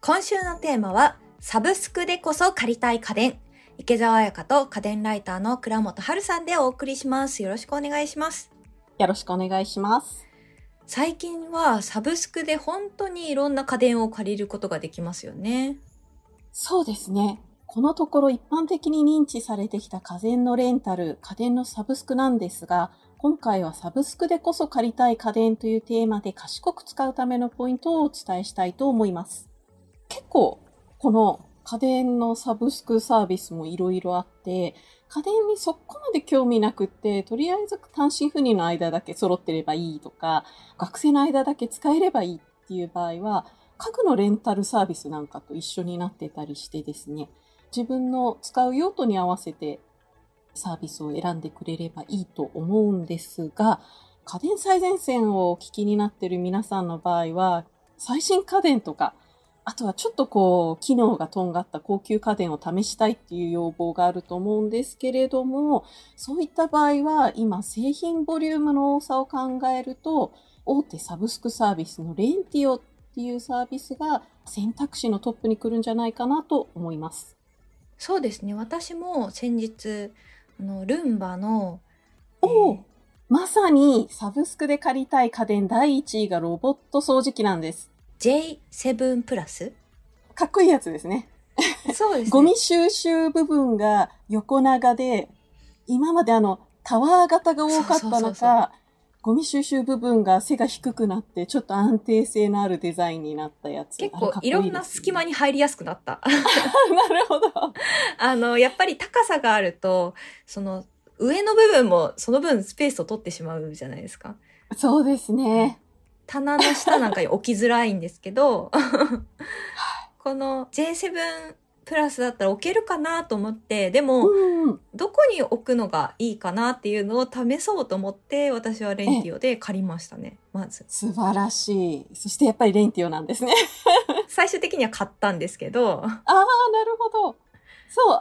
今週のテーマは、サブスクでこそ借りたい家電。池澤彩香と家電ライターの倉本春さんでお送りします。よろしくお願いします。 よろしくお願いします。 最近はサブスクで本当にいろんな家電を借りることができますよね。 そうですね。このところ一般的に認知されてきた家電のレンタル、家電のサブスクなんですが、今回はサブスクでこそ借りたい家電というテーマで賢く使うためのポイントをお伝えしたいと思います。結構この家電のサブスクサービスもいろいろあって、家電にそこまで興味なくって、とりあえず単身赴任の間だけ揃ってればいいとか、学生の間だけ使えればいいっていう場合は、家具のレンタルサービスなんかと一緒になってたりしてですね、自分の使う用途に合わせてサービスを選んでくれればいいと思うんですが、家電最前線をお聞きになっている皆さんの場合は、最新家電とか、あとはちょっと機能がとんがった高級家電を試したいっていう要望があると思うんですけれども、そういった場合は今製品ボリュームの多さを考えると、大手サブスクサービスのレンティオっていうサービスが選択肢のトップに来るんじゃないかなと思います。 そうですね。私も先日、ルンバの、 まさにサブスクで借りたい家電第1位がロボット掃除機なんです。 J7 プラス？ かっこいいやつですね。 そうですね。 ゴミ収集部分が横長で、今までタワー型が多かったのか、ゴミ収集部分が背が低くなって、ちょっと安定性のあるデザインになったやつ。 結構いろんな隙間に入りやすくなった。 なるほど。 やっぱり高さがあると、その上の部分もその分スペースを取ってしまうじゃないですか。 そうですね。 棚の下なんかに置きづらいんですけど、この J7 プラスだったら置けるかなと思って、でも、どこに置くのがいいかなっていうのを試そうと思って、私はレンティオで借りましたね、まず。 素晴らしい。そしてやっぱりレンティオなんですね。 最終的には買ったんですけど。 なるほど。そう、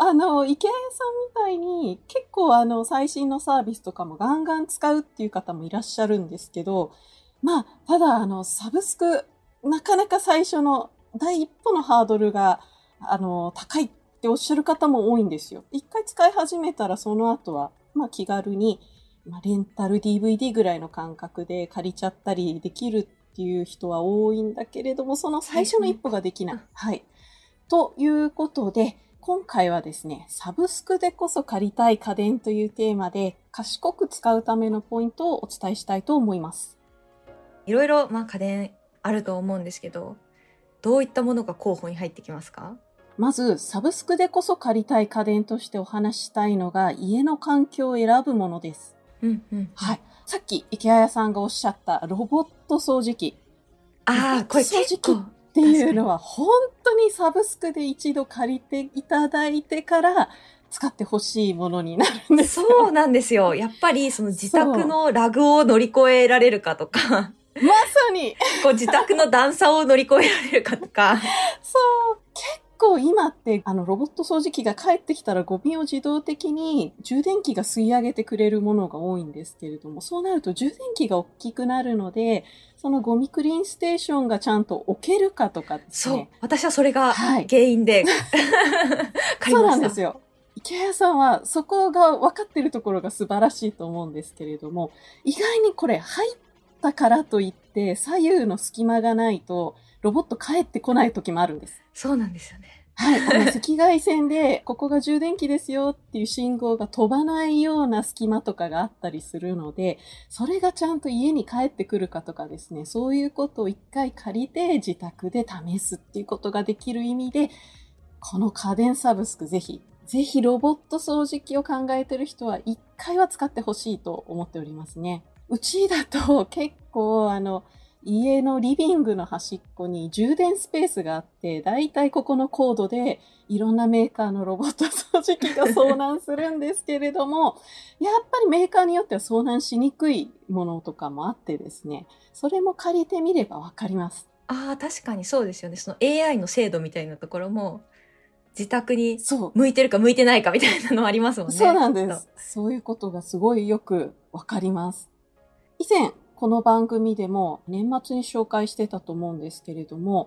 池谷さんみたいに結構最新のサービスとかもガンガン使うっていう方もいらっしゃるんですけど、ただサブスク、なかなか最初の第一歩のハードルが、高いっておっしゃる方も多いんですよ。一回使い始めたらその後は、気軽に、レンタル DVD ぐらいの感覚で借りちゃったりできるっていう人は多いんだけれども、その最初の一歩ができない。はい。ということで、今回はですね、サブスクでこそ借りたい家電というテーマで、賢く使うためのポイントをお伝えしたいと思います。 いろいろ、家電あると思うんですけど、どういったものが候補に入ってきますか？ まず、サブスクでこそ借りたい家電としてお話ししたいのが、家の環境を選ぶものです。はい。さっき池谷さんがおっしゃったロボット掃除機。 これ掃除機っていうのは本当にサブスクで一度借りていただいてから使ってほしいものになるんですよ。 そうなんですよ。やっぱりその自宅のラグを乗り越えられるかとか。 まさに自宅の段差を乗り越えられるかとか。 そう。結構今ってロボット掃除機が帰ってきたらゴミを自動的に充電器が吸い上げてくれるものが多いんですけれども、そうなると充電器が大きくなるので、そのゴミクリーンステーションがちゃんと置けるかとかですね。 そう。私はそれが原因で、 そうなんですよ。池谷さんはそこが分かってるところが素晴らしいと思うんですけれども、意外にこれ入ったからといって左右の隙間がないとロボット帰ってこない時もあるんです。 そうなんですよね。 はい。赤外線でここが充電器ですよっていう信号が飛ばないような隙間とかがあったりするので、それがちゃんと家に帰ってくるかとかですね、そういうことを一回借りて自宅で試すっていうことができる意味で、この家電サブスクぜひロボット掃除機を考えてる人は一回は使ってほしいと思っておりますね。うちだと結構家のリビングの端っこに充電スペースがあって、だいたいここのコードでいろんなメーカーのロボット掃除機が遭難するんですけれども、やっぱりメーカーによっては遭難しにくいものとかもあってですね、それも借りてみればわかります。 確かにそうですよね。その AI の精度みたいなところも、自宅に向いてるか向いてないかみたいなのありますもんね。 そうなんです。そういうことがすごいよくわかります。以前、この番組でも年末に紹介してたと思うんですけれども、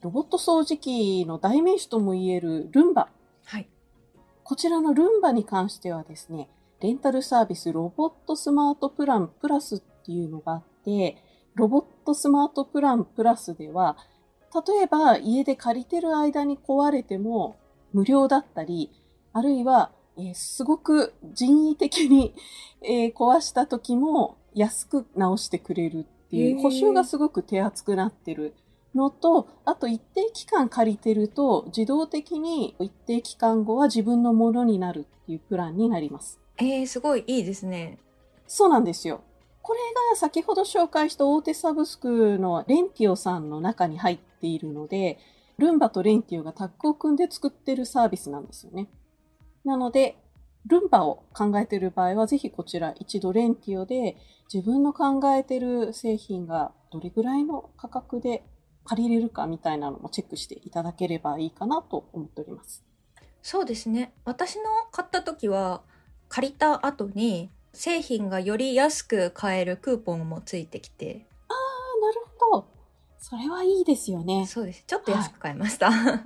ロボット掃除機の代名詞ともいえるルンバ。 はい。 こちらのルンバに関してはですね、レンタルサービスロボットスマートプランプラスっていうのがあって、ロボットスマートプランプラスでは、例えば家で借りてる間に壊れても無料だったり、あるいは、すごく人為的に、壊した時も安く直してくれるっていう、補修がすごく手厚くなってるのと、あと一定期間借りてると自動的に一定期間後は自分のものになるっていうプランになります。 すごいいいですね。 そうなんですよ。これが先ほど紹介した大手サブスクのレンティオさんの中に入っているので、ルンバとレンティオがタッグを組んで作ってるサービスなんですよね。なので、ルンバを考えている場合は、ぜひこちら一度レンティオで自分の考えている製品がどれぐらいの価格で借りれるかみたいなのもチェックしていただければいいかなと思っております。 そうですね。私の買った時は借りた後に製品がより安く買えるクーポンもついてきて。 ああ、なるほど。それはいいですよね。 そうです。ちょっと安く買いました。はい、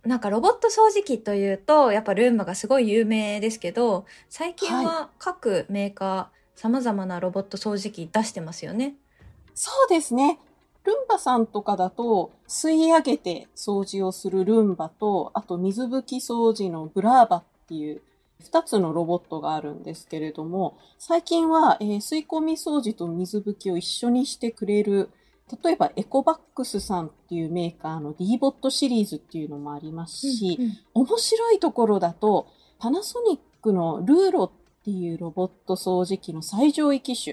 なんかロボット掃除機というとやっぱルンバがすごい有名ですけど、最近は各メーカー様々なロボット掃除機出してますよね。 そうですね。ルンバさんとかだと吸い上げて掃除をするルンバと、あと水拭き掃除のブラーバっていう2つのロボットがあるんですけれども、最近は、吸い込み掃除と水拭きを一緒にしてくれる、例えばエコバックスさんっていうメーカーの D ボットシリーズっていうのもありますし、面白いところだとパナソニックのルーロっていうロボット掃除機の最上位機種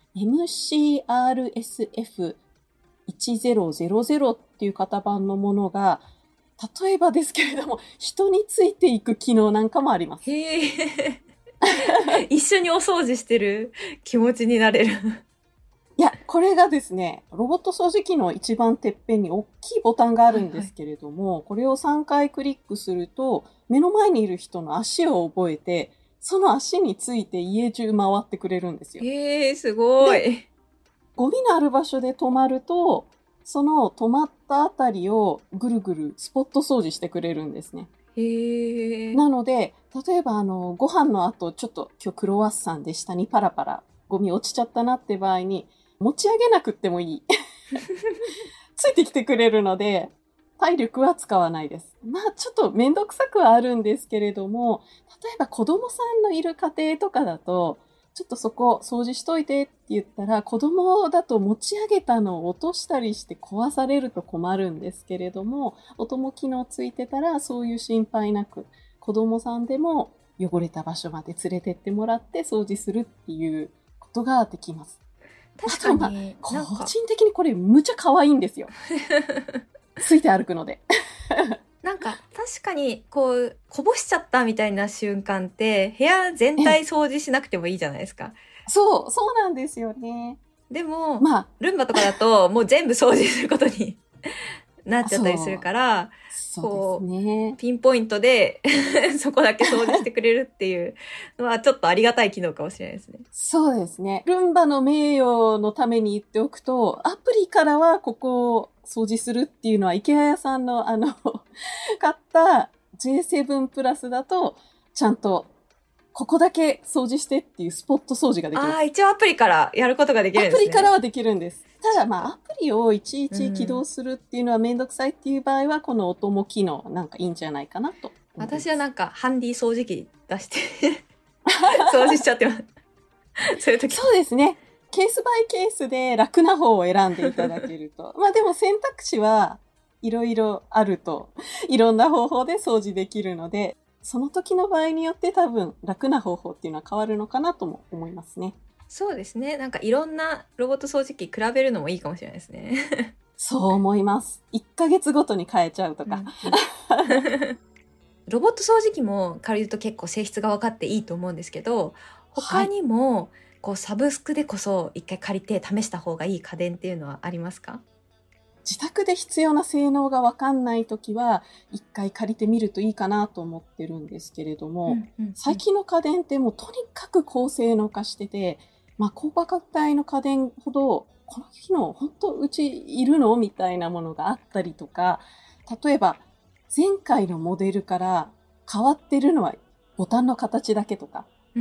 MCRSF1000 っていう型番のものが、例えばですけれども、人についていく機能なんかもあります。 へー一緒にお掃除してる気持ちになれる。 いや、これがですね、ロボット掃除機の一番てっぺんに大きいボタンがあるんですけれども、これを3回クリックすると、目の前にいる人の足を覚えて、その足について家中回ってくれるんですよ。 すごい。 ゴミのある場所で止まると、その止まったあたりをぐるぐるスポット掃除してくれるんですね。なので、例えばご飯の後、ちょっと今日クロワッサンで下にパラパラゴミ落ちちゃったなって場合に、持ち上げなくってもいい。ついてきてくれるので、体力は使わないです。まあちょっとめんどくさくはあるんですけれども、例えば子供さんのいる家庭とかだと、ちょっとそこ掃除しといてって言ったら、子供だと持ち上げたのを落としたりして壊されると困るんですけれども、音も機能ついてたらそういう心配なく、子供さんでも汚れた場所まで連れてってもらって掃除するっていうことができます。 確かに。 個人的にこれむちゃ可愛いんですよ。ついて歩くので。 なんか確かにこぼしちゃったみたいな瞬間って部屋全体掃除しなくてもいいじゃないですか。 そうなんですよね。 でも、ルンバとかだともう全部掃除することになっちゃったりするから、 そうですね、 ピンポイントでそこだけ掃除してくれるっていうのはちょっとありがたい機能かもしれないですね。 そうですね。ルンバの名誉のために言っておくと、アプリからはここを掃除するっていうのは、IKEA屋さんの買った J7 プラスだと、ちゃんとここだけ掃除してっていうスポット掃除ができます。 一応アプリからやることができるんですね。 アプリからはできるんです。ただアプリをいちいち起動するっていうのはめんどくさいっていう場合は、この音も機能なんかいいんじゃないかなと。 私はなんかハンディ掃除機出して掃除しちゃってます。そういう時。 そうですね。ケースバイケースで楽な方を選んでいただけると。でも選択肢はいろいろあると、いろんな方法で掃除できるので、その時の場合によって多分楽な方法っていうのは変わるのかなとも思いますね。 そうですね。なんかいろんなロボット掃除機比べるのもいいかもしれないですね。 そう思います。1ヶ月ごとに変えちゃうとか。 ロボット掃除機も借りると結構性質が分かっていいと思うんですけど、他にもサブスクでこそ一回借りて試した方がいい家電っていうのはありますか？ 自宅で必要な性能が分かんないときは一回借りてみるといいかなと思ってるんですけれども、最近の家電ってもうとにかく高性能化してて、高価格帯の家電ほどこの機能本当うちいるのみたいなものがあったりとか、例えば前回のモデルから変わってるのはボタンの形だけとか、 うん。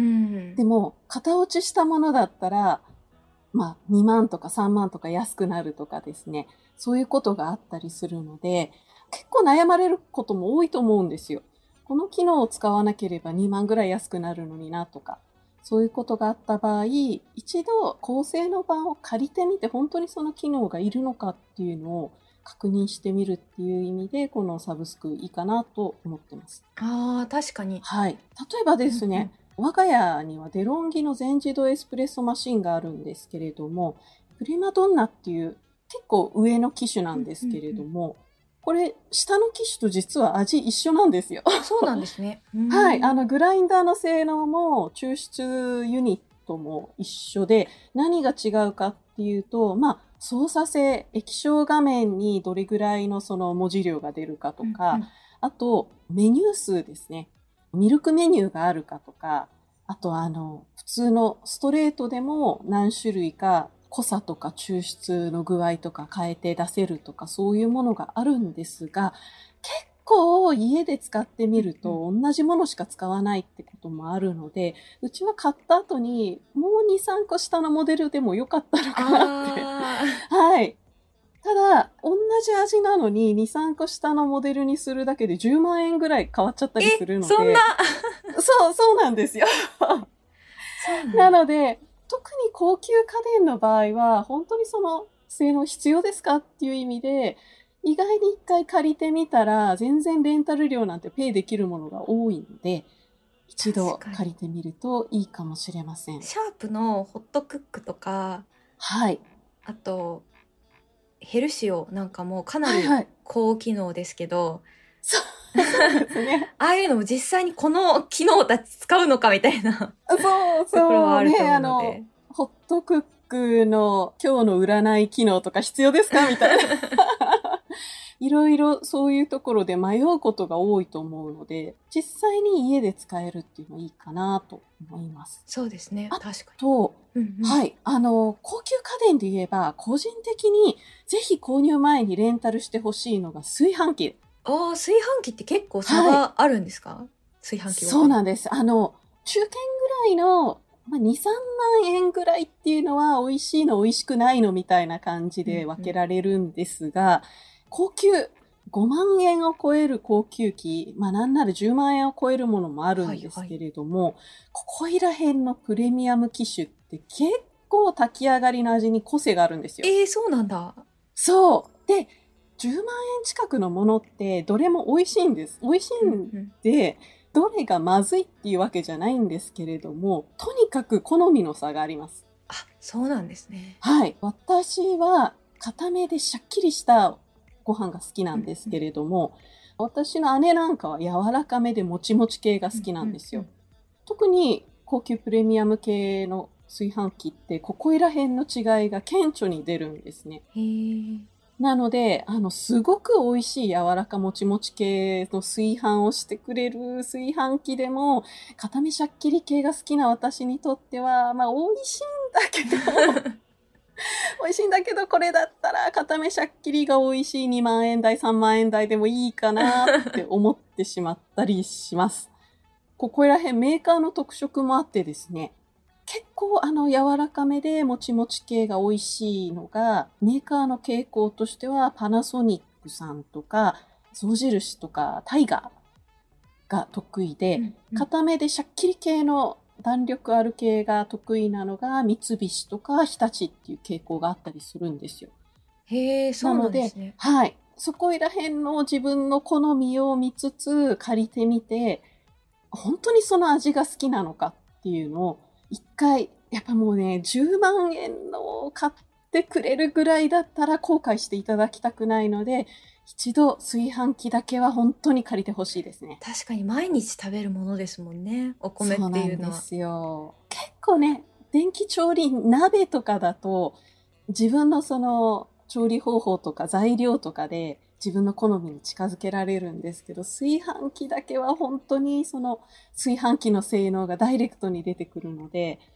でも型落ちしたものだったら、まあ2万とか3万とか安くなるとかですね、そういうことがあったりするので、結構悩まれることも多いと思うんですよ。この機能を使わなければ2万ぐらい安くなるのになとか、そういうことがあった場合、一度高性能版を借りてみて本当にその機能がいるのかっていうのを確認してみるっていう意味で、このサブスクいいかなと思ってます。 ああ、確かに。 はい。例えばですね、 うん我が家にはデロンギの全自動エスプレッソマシンがあるんですけれども、プリマドンナっていう結構上の機種なんですけれども、これ下の機種と実は味一緒なんですよ。 そうなんですね。 はい。グラインダーの性能も抽出ユニットも一緒で、何が違うかっていうと、まあ、操作性、液晶画面にどれぐらいのその文字量が出るかとか、あと、メニュー数ですね。ミルクメニューがあるかとか、あと普通のストレートでも何種類か濃さとか抽出の具合とか変えて出せるとかそういうものがあるんですが、結構家で使ってみると同じものしか使わないってこともあるので、うちは買った後にもう2、3個下のモデルでもよかったのかなって。はい。ただ、同じ味なのに2、3個下のモデルにするだけで10万円ぐらい変わっちゃったりするので。 そんなそうなんですよ。なので、特に高級家電の場合は、本当にその性能必要ですかっていう意味で、意外に一回借りてみたら、全然レンタル料なんてペイできるものが多いので、一度借りてみるといいかもしれません。 シャープのホットクックとか、 はい。 あと、ヘルシオなんかもかなり高機能ですけど、 そうですね。 ああいうのも実際にこの機能たち使うのかみたいなそうところはあると思うので。 ホットクックの今日の占い機能とか必要ですかみたいな。いろいろそういうところで迷うことが多いと思うので、実際に家で使えるっていうのはいいかなと思います。 そうですね。確かに。 あと、はい。高級家電で言えば、個人的にぜひ購入前にレンタルしてほしいのが炊飯器。 ああ、炊飯器って結構差があるんですか？はい、炊飯器は。 そうなんです。中堅ぐらいの、まあ、2、3万円ぐらいっていうのは美味しいの美味しくないのみたいな感じで分けられるんですが、高級、5万円を超える高級機、まあなんなら10万円を超えるものもあるんですけれども、ここいら辺のプレミアム機種って結構炊き上がりの味に個性があるんですよ。 そうなんだ。 そう。で、10万円近くのものってどれも美味しいんです。美味しいんで、どれがまずいっていうわけじゃないんですけれども、とにかく好みの差があります。 あ、そうなんですね。 はい。私は固めでシャッキリしたご飯が好きなんですけれども、私の姉なんかは柔らかめでもちもち系が好きなんですよ。特に高級プレミアム系の炊飯器ってここいら辺の違いが顕著に出るんですね。なので、すごく美味しい柔らかもちもち系の炊飯をしてくれる炊飯器でも、固めシャッキリ系が好きな私にとっては、まあ美味しいんだけど、美味しいんだけど、これだったら固めシャッキリが美味しい2万円台、3万円台でもいいかなって思ってしまったりします。ここら辺メーカーの特色もあってですね、結構柔らかめでもちもち系が美味しいのが、メーカーの傾向としてはパナソニックさんとか、象印とかタイガーが得意で、固めでシャッキリ系の弾力ある系が得意なのが三菱とか日立っていう傾向があったりするんですよ。 へえ、そうなんですね。 はい。そこいら辺の自分の好みを見つつ借りてみて、本当にその味が好きなのかっていうのを一回、やっぱもうね、10万円のを買ってくれるぐらいだったら後悔していただきたくないので、一度炊飯器だけは本当に借りてほしいですね。 確かに毎日食べるものですもんね、お米っていうのは。 そうなんですよ。結構ね、電気調理鍋とかだと、自分のその調理方法とか材料とかで自分の好みに近づけられるんですけど、炊飯器だけは本当にその炊飯器の性能がダイレクトに出てくるので、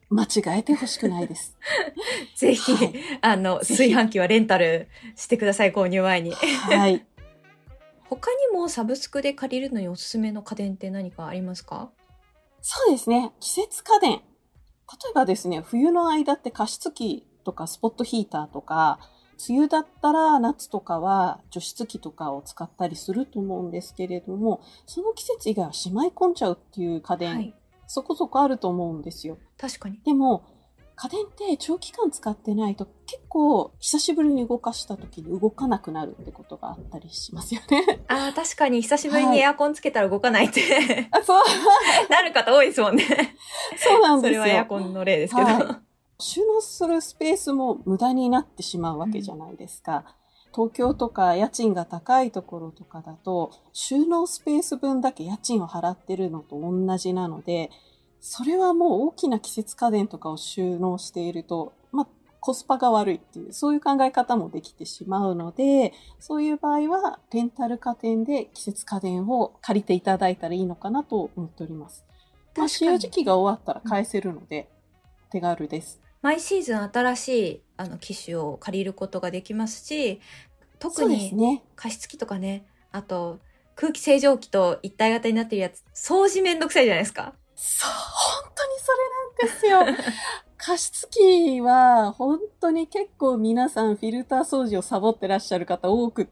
間違えてほしくないです。 ぜひ、 はい、 炊飯器はレンタルしてください、購入前に。 はい。 他にもサブスクで借りるのにおすすめの家電って何かありますか？ そうですね。季節家電。例えばですね、冬の間って加湿器とかスポットヒーターとか、梅雨だったら夏とかは除湿器とかを使ったりすると思うんですけれども、その季節以外はしまい込んじゃうっていう家電、 はい、 そこそこあると思うんですよ。 確かに。 でも、家電って長期間使ってないと結構久しぶりに動かした時に動かなくなるってことがあったりしますよね。 ああ、確かに久しぶりにエアコンつけたら動かないって、 あ、そう。 なる方多いですもんね。 そうなんですよ。 それはエアコンの例ですけど。 はい、収納するスペースも無駄になってしまうわけじゃないですか。東京とか家賃が高いところとかだと、収納スペース分だけ家賃を払ってるのと同じなので、それはもう大きな季節家電とかを収納していると、コスパが悪いっていう、そういう考え方もできてしまうので、そういう場合は、レンタル家電で季節家電を借りていただいたらいいのかなと思っております。使用時期が終わったら返せるので、手軽です。 毎シーズン新しい機種を借りることができますし、特に加湿器とかね、あと空気清浄機と一体型になってるやつ、掃除めんどくさいじゃないですか。 そう、本当にそれなんですよ。加湿器は本当に結構皆さんフィルター掃除をサボってらっしゃる方多くって、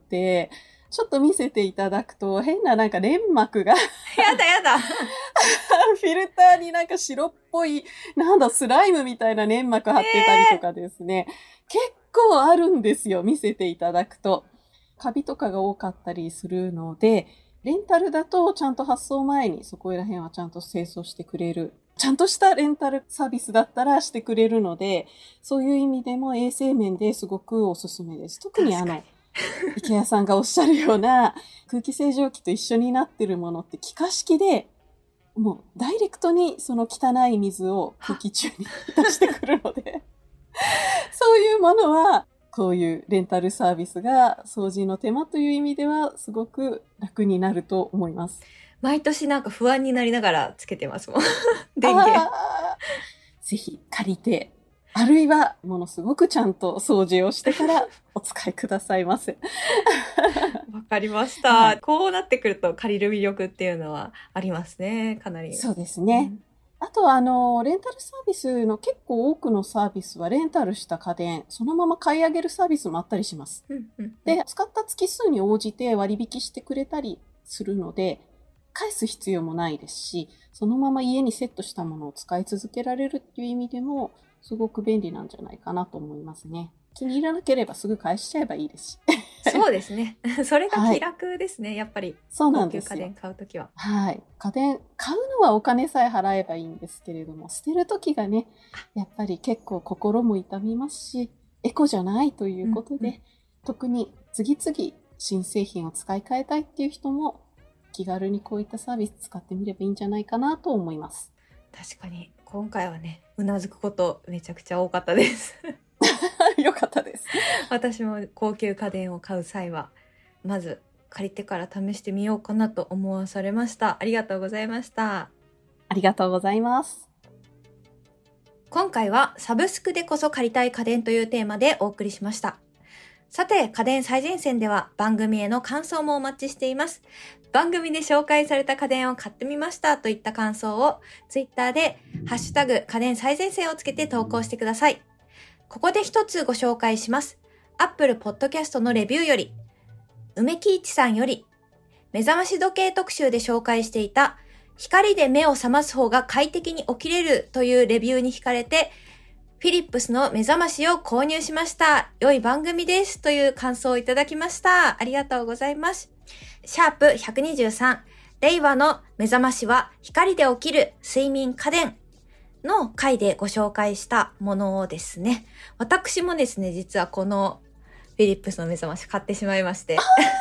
ちょっと見せていただくと変ななんか粘膜がやだやだフィルターになんか白っぽいスライムみたいな粘膜貼ってたりとかですね、結構あるんですよ、見せていただくと。カビとかが多かったりするので、レンタルだとちゃんと発送前にそこら辺はちゃんと清掃してくれる。ちゃんとしたレンタルサービスだったらしてくれるので、そういう意味でも衛生面ですごくおすすめです。特に池谷さんがおっしゃるような空気清浄機と一緒になってるものって気化式で、もうダイレクトにその汚い水を空気中に出してくるので、そういうものはこういうレンタルサービスが掃除の手間という意味ではすごく楽になると思います。 毎年なんか不安になりながらつけてますもん。電源。 ぜひ借りて、あるいはものすごくちゃんと掃除をしてからお使いくださいませ。 わかりました、はい。こうなってくると借りる魅力っていうのはありますね、かなり。 そうですね。あとレンタルサービスの結構多くのサービスはレンタルした家電、そのまま買い上げるサービスもあったりします。で、使った月数に応じて割引してくれたりするので、返す必要もないですし、そのまま家にセットしたものを使い続けられるっていう意味でも、すごく便利なんじゃないかなと思いますね。気に入らなければすぐ返しちゃえばいいですし。 そうですね。それが気楽ですね、はい、やっぱり。 そうなんですよ。 高級家電買うときは。 はい。家電買うのはお金さえ払えばいいんですけれども、捨てるときがね、やっぱり結構心も痛みますし、エコじゃないということで、特に次々新製品を使い替えたいっていう人も、気軽にこういったサービス使ってみればいいんじゃないかなと思います。 確かに今回はね、うなずくことめちゃくちゃ多かったですよかったです。 私も高級家電を買う際はまず借りてから試してみようかなと思わされました。ありがとうございました。 ありがとうございます。 今回はサブスクでこそ借りたい家電というテーマでお送りしました。さて、家電最前線では番組への感想もお待ちしています。番組で紹介された家電を買ってみましたといった感想をツイッターでハッシュタグ家電最前線をつけて投稿してください。ここで一つご紹介します。Apple Podcast のレビューより、梅木一さんより、目覚まし時計特集で紹介していた光で目を覚ます方が快適に起きれるというレビューに惹かれて、フィリップスの目覚ましを購入しました。良い番組ですという感想をいただきました。ありがとうございます。シャープ123、令和の目覚ましは光で起きる睡眠家電の回でご紹介したものをですね、私もですね、実はこのフィリップスの目覚まし買ってしまいまして。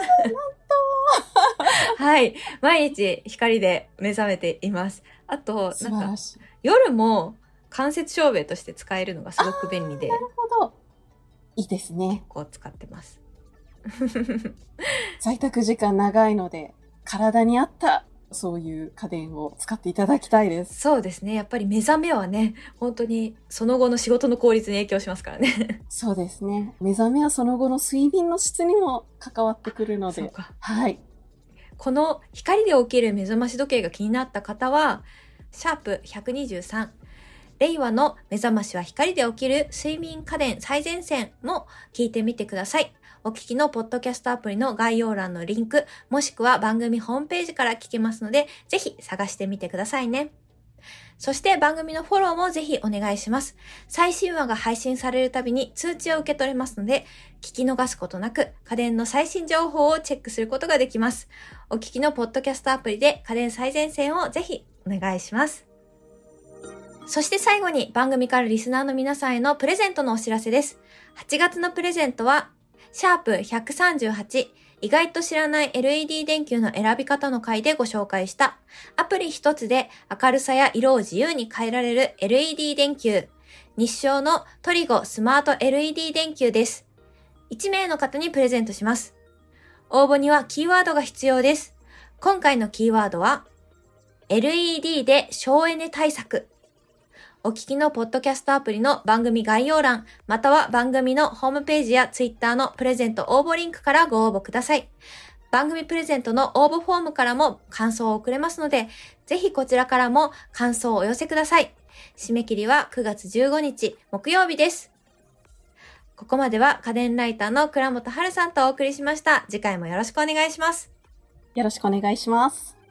はい。毎日光で目覚めています。あと、なんか夜も間接照明として使えるのがすごく便利で。 なるほど。いいですね。 結構使ってます。 在宅時間長いので、体に合ったそういう家電を使っていただきたいです。 そうですね。やっぱり目覚めはね、本当にその後の仕事の効率に影響しますからね。 そうですね。目覚めはその後の睡眠の質にも関わってくるので。 そうか。 はい。 この光で起きる目覚まし時計が気になった方は、シャープ123、令和の目覚ましは光で起きる睡眠家電最前線も聞いてみてください。お聞きのポッドキャストアプリの概要欄のリンク、もしくは番組ホームページから聞けますので、ぜひ探してみてくださいね。そして番組のフォローもぜひお願いします。最新話が配信されるたびに通知を受け取れますので、聞き逃すことなく家電の最新情報をチェックすることができます。お聞きのポッドキャストアプリで家電最前線をぜひお願いします。そして最後に番組からリスナーの皆さんへのプレゼントのお知らせです。8月のプレゼントは、シャープ138、意外と知らない LED 電球の選び方の回でご紹介したアプリ一つで明るさや色を自由に変えられる LED 電球、日照のトリゴスマート LED 電球です。1名の方にプレゼントします。応募にはキーワードが必要です。今回のキーワードは LED で省エネ対策。お聞きのポッドキャストアプリの番組概要欄、または番組のホームページやツイッターのプレゼント応募リンクからご応募ください。番組プレゼントの応募フォームからも感想を送れますので、ぜひこちらからも感想をお寄せください。締め切りは9月15日木曜日です。ここまでは家電ライターの倉本春さんとお送りしました。次回もよろしくお願いします。 よろしくお願いします。